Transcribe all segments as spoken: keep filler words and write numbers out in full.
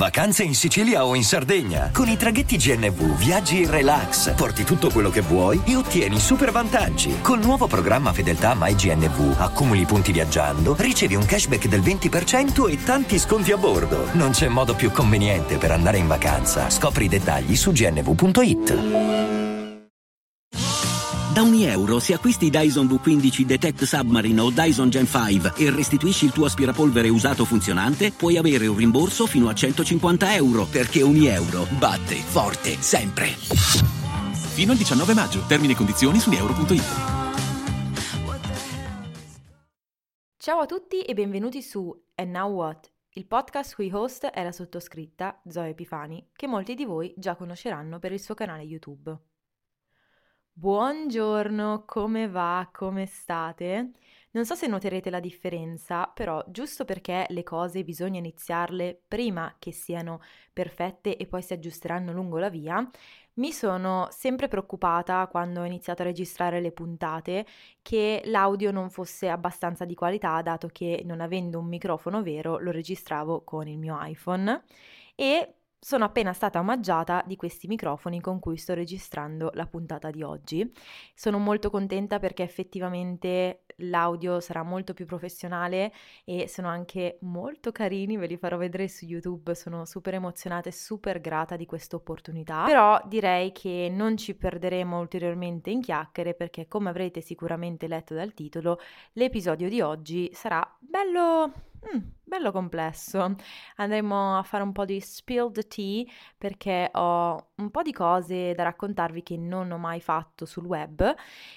Vacanze in Sicilia o in Sardegna. Con i traghetti G N V viaggi in relax, porti tutto quello che vuoi e ottieni super vantaggi. Col nuovo programma Fedeltà MyGNV accumuli punti viaggiando, ricevi un cashback del venti per cento e tanti sconti a bordo. Non c'è modo più conveniente per andare in vacanza. Scopri i dettagli su g n v punto i t. Da ogni euro, se acquisti Dyson V quindici Detect Submarine o Dyson Gen cinque e restituisci il tuo aspirapolvere usato funzionante, puoi avere un rimborso fino a centocinquanta euro, perché ogni euro batte forte sempre. Fino al diciannove maggio. Termini e condizioni su euro punto i t. Ciao a tutti e benvenuti su And Now What, il podcast cui host è la sottoscritta, Zoe Epifani, che molti di voi già conosceranno per il suo canale YouTube. Buongiorno, come va? Come state? Non so se noterete la differenza, però giusto perché le cose bisogna iniziarle prima che siano perfette e poi si aggiusteranno lungo la via, mi sono sempre preoccupata quando ho iniziato a registrare le puntate che l'audio non fosse abbastanza di qualità, dato che non avendo un microfono vero lo registravo con il mio iPhone e sono appena stata omaggiata di questi microfoni con cui sto registrando la puntata di oggi. Sono molto contenta perché effettivamente l'audio sarà molto più professionale e sono anche molto carini, ve li farò vedere su YouTube, sono super emozionata e super grata di questa opportunità. Però direi che non ci perderemo ulteriormente in chiacchiere perché, come avrete sicuramente letto dal titolo, l'episodio di oggi sarà bello... Mm, bello complesso. Andremo a fare un po' di spill the tea perché ho un po' di cose da raccontarvi che non ho mai fatto sul web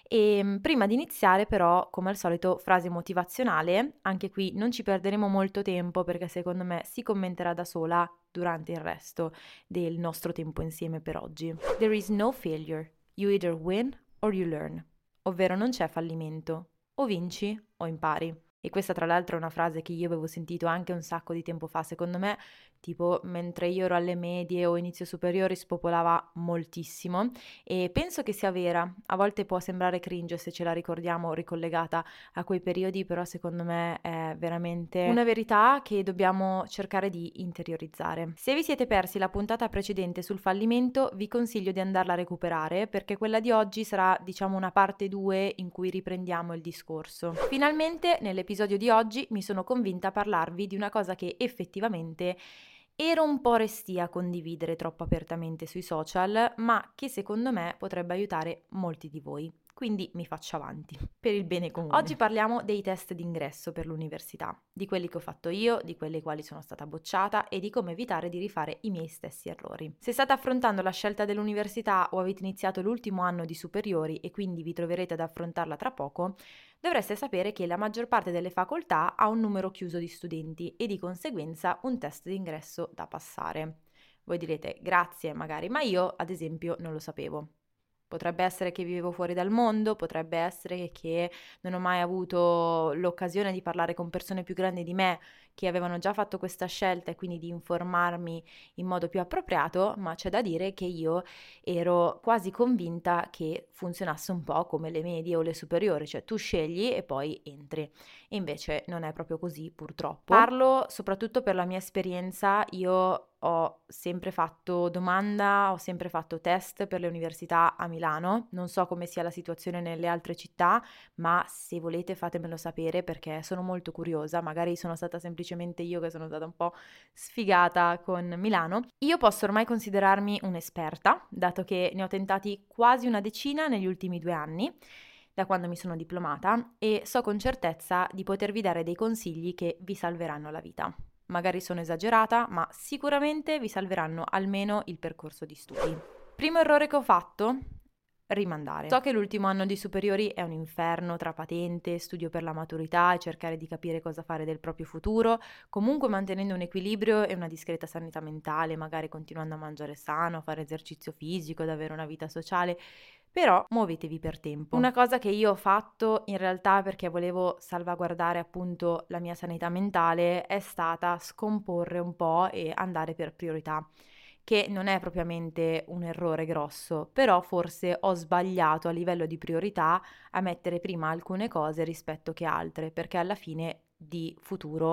e prima di iniziare però, come al solito, frase motivazionale. Anche qui non ci perderemo molto tempo perché secondo me si commenterà da sola durante il resto del nostro tempo insieme per oggi. There is no failure. You either win or you learn. Ovvero non c'è fallimento. O vinci o impari. E questa tra l'altro è una frase che io avevo sentito anche un sacco di tempo fa, secondo me, tipo mentre io ero alle medie o inizio superiori spopolava moltissimo e penso che sia vera. A volte può sembrare cringe se ce la ricordiamo ricollegata a quei periodi, però secondo me è veramente una verità che dobbiamo cercare di interiorizzare. Se vi siete persi la puntata precedente sul fallimento, vi consiglio di andarla a recuperare perché quella di oggi sarà, diciamo, una parte due in cui riprendiamo il discorso. Finalmente, nell'episodio Nell'episodio di oggi mi sono convinta a parlarvi di una cosa che effettivamente ero un po' restia a condividere troppo apertamente sui social, ma che secondo me potrebbe aiutare molti di voi. Quindi mi faccio avanti, per il bene comune. Oggi parliamo dei test d'ingresso per l'università, di quelli che ho fatto io, di quelli ai quali sono stata bocciata e di come evitare di rifare i miei stessi errori. Se state affrontando la scelta dell'università o avete iniziato l'ultimo anno di superiori e quindi vi troverete ad affrontarla tra poco, dovreste sapere che la maggior parte delle facoltà ha un numero chiuso di studenti e di conseguenza un test d'ingresso da passare. Voi direte grazie magari, ma io ad esempio non lo sapevo. Potrebbe essere che vivevo fuori dal mondo, potrebbe essere che non ho mai avuto l'occasione di parlare con persone più grandi di me che avevano già fatto questa scelta e quindi di informarmi in modo più appropriato, ma c'è da dire che io ero quasi convinta che funzionasse un po' come le medie o le superiori, cioè tu scegli e poi entri. E invece non è proprio così, purtroppo. Parlo soprattutto per la mia esperienza, io ho sempre fatto domanda, ho sempre fatto test per le università a Milano, non so come sia la situazione nelle altre città, ma se volete fatemelo sapere perché sono molto curiosa, magari sono stata semplicemente io che sono stata un po' sfigata con Milano. Io posso ormai considerarmi un'esperta, dato che ne ho tentati quasi una decina negli ultimi due anni, da quando mi sono diplomata, e so con certezza di potervi dare dei consigli che vi salveranno la vita. Magari sono esagerata, ma sicuramente vi salveranno almeno il percorso di studi. Primo errore che ho fatto, rimandare. So che l'ultimo anno di superiori è un inferno tra patente, studio per la maturità e cercare di capire cosa fare del proprio futuro, comunque mantenendo un equilibrio e una discreta sanità mentale, magari continuando a mangiare sano, a fare esercizio fisico, ad avere una vita sociale. Però muovetevi per tempo. Una cosa che io ho fatto in realtà perché volevo salvaguardare appunto la mia sanità mentale è stata scomporre un po' e andare per priorità, che non è propriamente un errore grosso, però forse ho sbagliato a livello di priorità a mettere prima alcune cose rispetto che altre, perché alla fine di futuro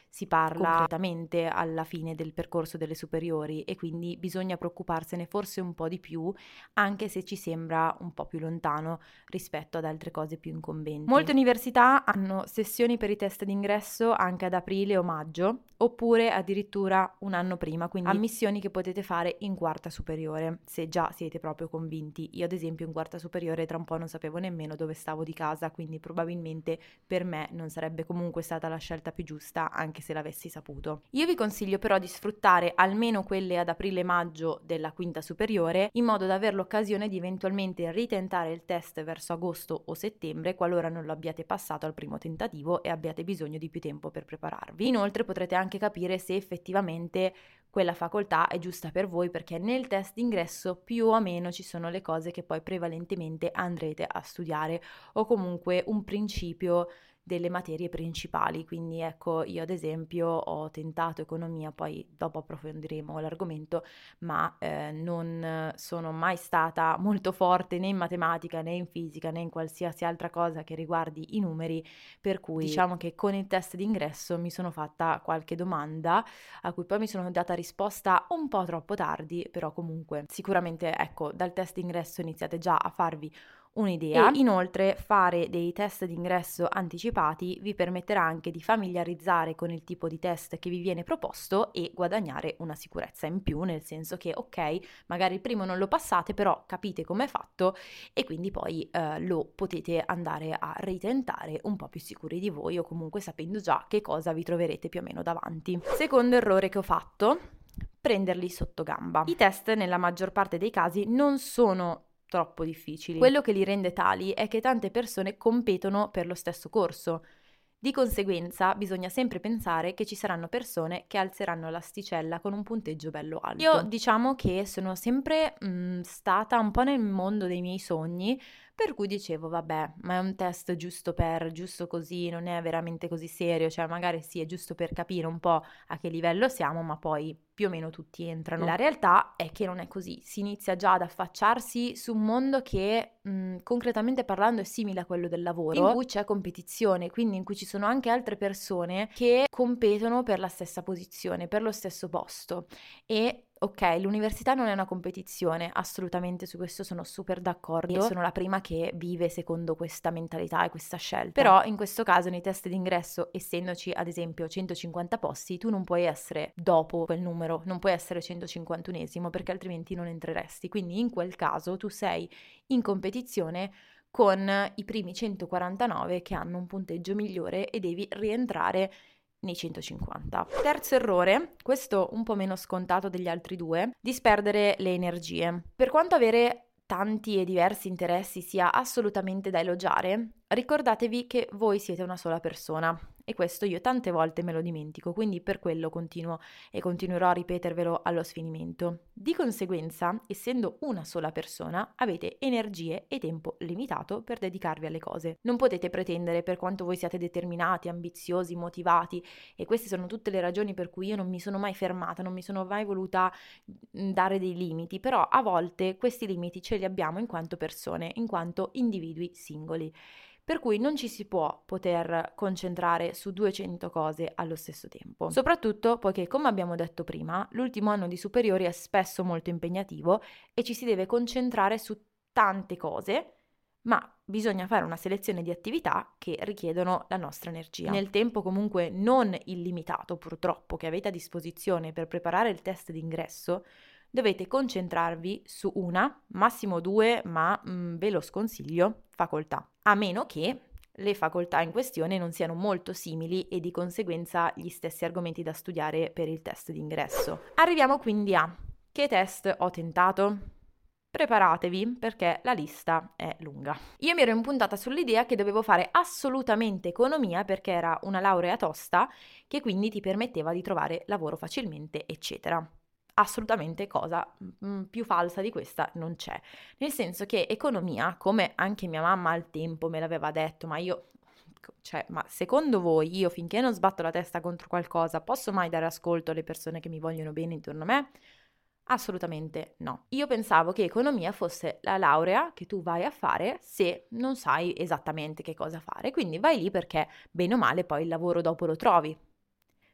si parla concretamente alla fine del percorso delle superiori e quindi bisogna preoccuparsene forse un po' di più, anche se ci sembra un po' più lontano rispetto ad altre cose più incombenti. Molte università hanno sessioni per i test d'ingresso anche ad aprile o maggio, oppure addirittura un anno prima, quindi ammissioni che potete fare in quarta superiore, se già siete proprio convinti. Io ad esempio in quarta superiore tra un po' non sapevo nemmeno dove stavo di casa, quindi probabilmente per me non sarebbe comunque stata la scelta più giusta, anche se l'avessi saputo. Io vi consiglio però di sfruttare almeno quelle ad aprile-maggio della quinta superiore, in modo da avere l'occasione di eventualmente ritentare il test verso agosto o settembre, qualora non lo abbiate passato al primo tentativo e abbiate bisogno di più tempo per prepararvi. Inoltre potrete anche capire se effettivamente quella facoltà è giusta per voi, perché nel test d'ingresso più o meno ci sono le cose che poi prevalentemente andrete a studiare, o comunque un principio delle materie principali. Quindi ecco, io ad esempio ho tentato economia, poi dopo approfondiremo l'argomento, ma eh, non sono mai stata molto forte né in matematica né in fisica né in qualsiasi altra cosa che riguardi i numeri, per cui diciamo che con il test d'ingresso mi sono fatta qualche domanda a cui poi mi sono data risposta un po' troppo tardi, però comunque sicuramente ecco, dal test d'ingresso iniziate già a farvi un'idea. E inoltre fare dei test d'ingresso anticipati vi permetterà anche di familiarizzare con il tipo di test che vi viene proposto e guadagnare una sicurezza in più, nel senso che ok, magari il primo non lo passate, però capite com'è fatto e quindi poi eh, lo potete andare a ritentare un po' più sicuri di voi, o comunque sapendo già che cosa vi troverete più o meno davanti. Secondo errore che ho fatto: prenderli sotto gamba. I test nella maggior parte dei casi non sono troppo difficili. Quello che li rende tali è che tante persone competono per lo stesso corso. Di conseguenza bisogna sempre pensare che ci saranno persone che alzeranno l'asticella con un punteggio bello alto. Io diciamo che sono sempre mh, stata un po' nel mondo dei miei sogni, per cui dicevo vabbè, ma è un test giusto per, giusto così, non è veramente così serio, cioè magari sì, è giusto per capire un po' a che livello siamo, ma poi più o meno tutti entrano. La realtà è che non è così, si inizia già ad affacciarsi su un mondo che mh, concretamente parlando è simile a quello del lavoro, in cui c'è competizione, quindi in cui ci sono anche altre persone che competono per la stessa posizione, per lo stesso posto. E ok, l'università non è una competizione, assolutamente, su questo sono super d'accordo e sono la prima che vive secondo questa mentalità e questa scelta. Però in questo caso nei test d'ingresso, essendoci ad esempio centocinquanta posti, tu non puoi essere dopo quel numero, non puoi essere centocinquantunesimo, perché altrimenti non entreresti. Quindi in quel caso tu sei in competizione con i primi centoquarantanove che hanno un punteggio migliore e devi rientrare nei centocinquanta. Terzo errore, questo un po' meno scontato degli altri due: disperdere le energie. Per quanto avere tanti e diversi interessi sia assolutamente da elogiare, ricordatevi che voi siete una sola persona. E questo io tante volte me lo dimentico, quindi per quello continuo e continuerò a ripetervelo allo sfinimento. Di conseguenza, essendo una sola persona, avete energie e tempo limitato per dedicarvi alle cose. Non potete pretendere, per quanto voi siate determinati, ambiziosi, motivati, e queste sono tutte le ragioni per cui io non mi sono mai fermata, non mi sono mai voluta dare dei limiti, però a volte questi limiti ce li abbiamo in quanto persone, in quanto individui singoli. Per cui non ci si può poter concentrare su duecento cose allo stesso tempo. Soprattutto poiché, come abbiamo detto prima, l'ultimo anno di superiori è spesso molto impegnativo e ci si deve concentrare su tante cose, ma bisogna fare una selezione di attività che richiedono la nostra energia. Nel tempo comunque non illimitato, purtroppo, che avete a disposizione per preparare il test d'ingresso, dovete concentrarvi su una, massimo due, ma mh, ve lo sconsiglio, facoltà. A meno che le facoltà in questione non siano molto simili e di conseguenza gli stessi argomenti da studiare per il test d'ingresso. Arriviamo quindi a: che test ho tentato? Preparatevi, perché la lista è lunga. Io mi ero impuntata sull'idea che dovevo fare assolutamente economia, perché era una laurea tosta che quindi ti permetteva di trovare lavoro facilmente, eccetera. Assolutamente cosa mh, più falsa di questa non c'è, nel senso che economia, come anche mia mamma al tempo me l'aveva detto, ma io, cioè, ma secondo voi io finché non sbatto la testa contro qualcosa posso mai dare ascolto alle persone che mi vogliono bene intorno a me? Assolutamente no. Io pensavo che economia fosse la laurea che tu vai a fare se non sai esattamente che cosa fare, quindi vai lì perché bene o male poi il lavoro dopo lo trovi.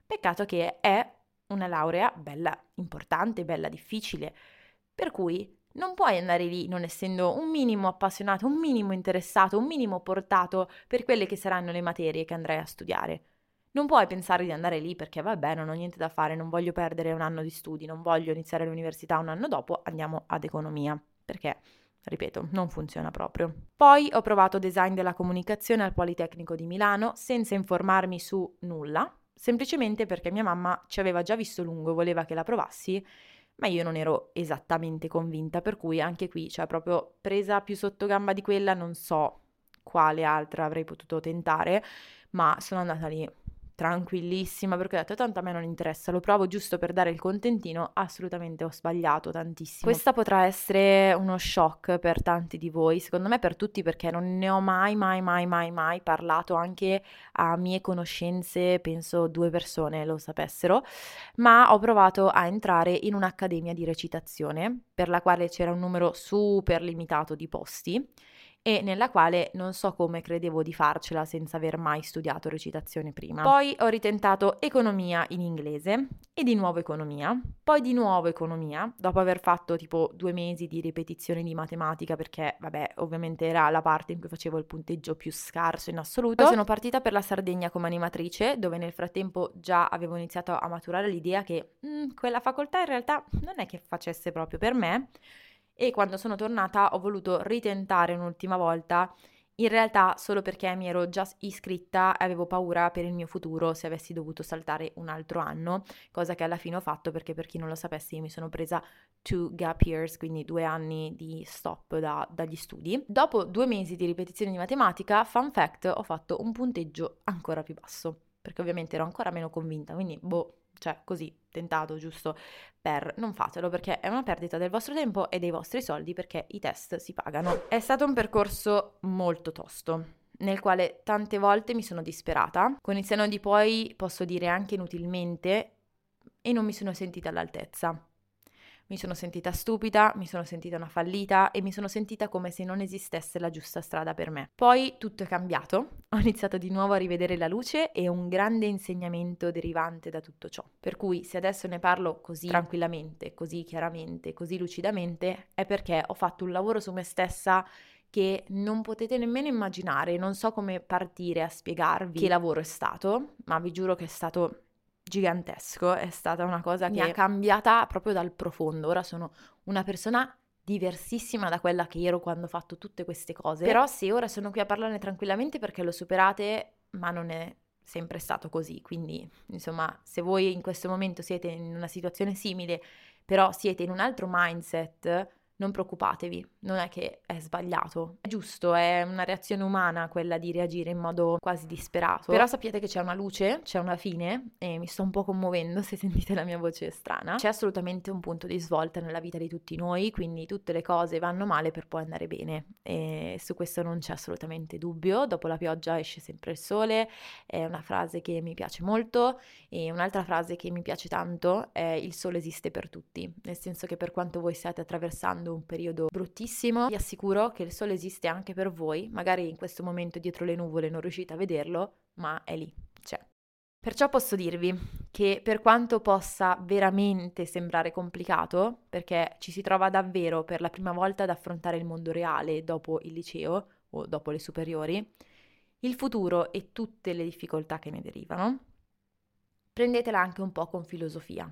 Peccato che è una laurea bella importante, bella difficile, per cui non puoi andare lì non essendo un minimo appassionato, un minimo interessato, un minimo portato per quelle che saranno le materie che andrai a studiare. Non puoi pensare di andare lì perché vabbè, non ho niente da fare, non voglio perdere un anno di studi, non voglio iniziare l'università un anno dopo, andiamo ad economia, perché, ripeto, non funziona proprio. Poi ho provato design della comunicazione al Politecnico di Milano senza informarmi su nulla, semplicemente perché mia mamma ci aveva già visto lungo e voleva che la provassi, ma io non ero esattamente convinta, per cui anche qui, cioè proprio presa più sotto gamba di quella, non so quale altra avrei potuto tentare, ma sono andata lì tranquillissima perché ho detto tanto a me non interessa, lo provo giusto per dare il contentino. Assolutamente ho sbagliato tantissimo. Questa potrà essere uno shock per tanti di voi, secondo me per tutti, perché non ne ho mai mai mai mai mai parlato anche a mie conoscenze, penso due persone lo sapessero, ma ho provato a entrare in un'accademia di recitazione per la quale c'era un numero super limitato di posti e nella quale non so come credevo di farcela senza aver mai studiato recitazione prima. Poi ho ritentato economia in inglese e di nuovo economia, poi di nuovo economia, dopo aver fatto tipo due mesi di ripetizioni di matematica perché, vabbè, ovviamente era la parte in cui facevo il punteggio più scarso in assoluto. Poi sono partita per la Sardegna come animatrice, dove nel frattempo già avevo iniziato a maturare l'idea che mh, quella facoltà in realtà non è che facesse proprio per me. E quando sono tornata ho voluto ritentare un'ultima volta, in realtà solo perché mi ero già iscritta e avevo paura per il mio futuro se avessi dovuto saltare un altro anno, cosa che alla fine ho fatto perché, per chi non lo sapesse, io mi sono presa two gap years, quindi due anni di stop da, dagli studi. Dopo due mesi di ripetizione di matematica, fun fact, ho fatto un punteggio ancora più basso, perché ovviamente ero ancora meno convinta, quindi boh, cioè così, tentato giusto per non fatelo perché è una perdita del vostro tempo e dei vostri soldi, perché i test si pagano. È stato un percorso molto tosto, nel quale tante volte mi sono disperata, con il senno di poi posso dire anche inutilmente, e non mi sono sentita all'altezza. Mi sono sentita stupida, mi sono sentita una fallita e mi sono sentita come se non esistesse la giusta strada per me. Poi tutto è cambiato, ho iniziato di nuovo a rivedere la luce e un grande insegnamento derivante da tutto ciò. Per cui se adesso ne parlo così tranquillamente, così chiaramente, così lucidamente, è perché ho fatto un lavoro su me stessa che non potete nemmeno immaginare. Non so come partire a spiegarvi che lavoro è stato, ma vi giuro che è stato gigantesco, è stata una cosa che mi ha cambiata proprio dal profondo. Ora sono una persona diversissima da quella che ero quando ho fatto tutte queste cose, però sì, ora sono qui a parlarne tranquillamente perché l'ho superate, ma non è sempre stato così. Quindi insomma, se voi in questo momento siete in una situazione simile, però siete in un altro mindset, non preoccupatevi, non è che è sbagliato, è giusto, è una reazione umana quella di reagire in modo quasi disperato, però sappiate che c'è una luce, c'è una fine, e mi sto un po' commuovendo se sentite la mia voce strana. C'è assolutamente un punto di svolta nella vita di tutti noi, quindi tutte le cose vanno male per poi andare bene, e su questo non c'è assolutamente dubbio. Dopo la pioggia esce sempre il sole, è una frase che mi piace molto, e un'altra frase che mi piace tanto è: il sole esiste per tutti, nel senso che per quanto voi stiate attraversando un periodo bruttissimo, vi assicuro che il sole esiste anche per voi. Magari in questo momento dietro le nuvole non riuscite a vederlo, ma è lì, c'è. Perciò posso dirvi che per quanto possa veramente sembrare complicato, perché ci si trova davvero per la prima volta ad affrontare il mondo reale dopo il liceo o dopo le superiori, il futuro e tutte le difficoltà che ne derivano, prendetela anche un po' con filosofia.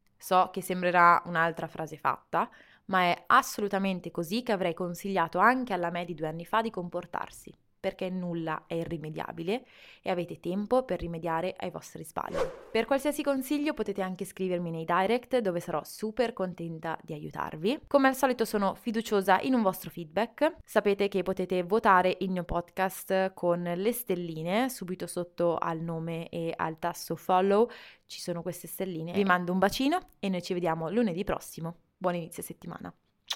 So che sembrerà un'altra frase fatta, ma è assolutamente così che avrei consigliato anche alla me di due anni fa di comportarsi, perché nulla è irrimediabile e avete tempo per rimediare ai vostri sbagli. Per qualsiasi consiglio potete anche scrivermi nei direct, dove sarò super contenta di aiutarvi. Come al solito sono fiduciosa in un vostro feedback. Sapete che potete votare il mio podcast con le stelline subito sotto al nome e al tasto follow. Ci sono queste stelline. Vi mando un bacino e noi ci vediamo lunedì prossimo. Buon inizio settimana.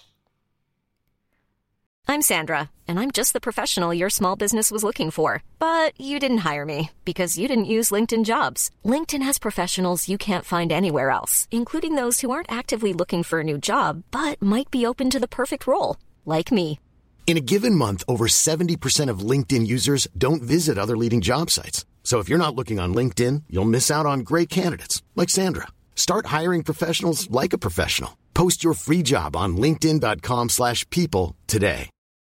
I'm Sandra, and I'm just the professional your small business was looking for. But you didn't hire me because you didn't use LinkedIn Jobs. LinkedIn has professionals you can't find anywhere else, including those who aren't actively looking for a new job, but might be open to the perfect role, like me. In a given month, over seventy percent of LinkedIn users don't visit other leading job sites. So if you're not looking on LinkedIn, you'll miss out on great candidates like Sandra. Start hiring professionals like a professional. Post your free job on linkedin dot com slash people today.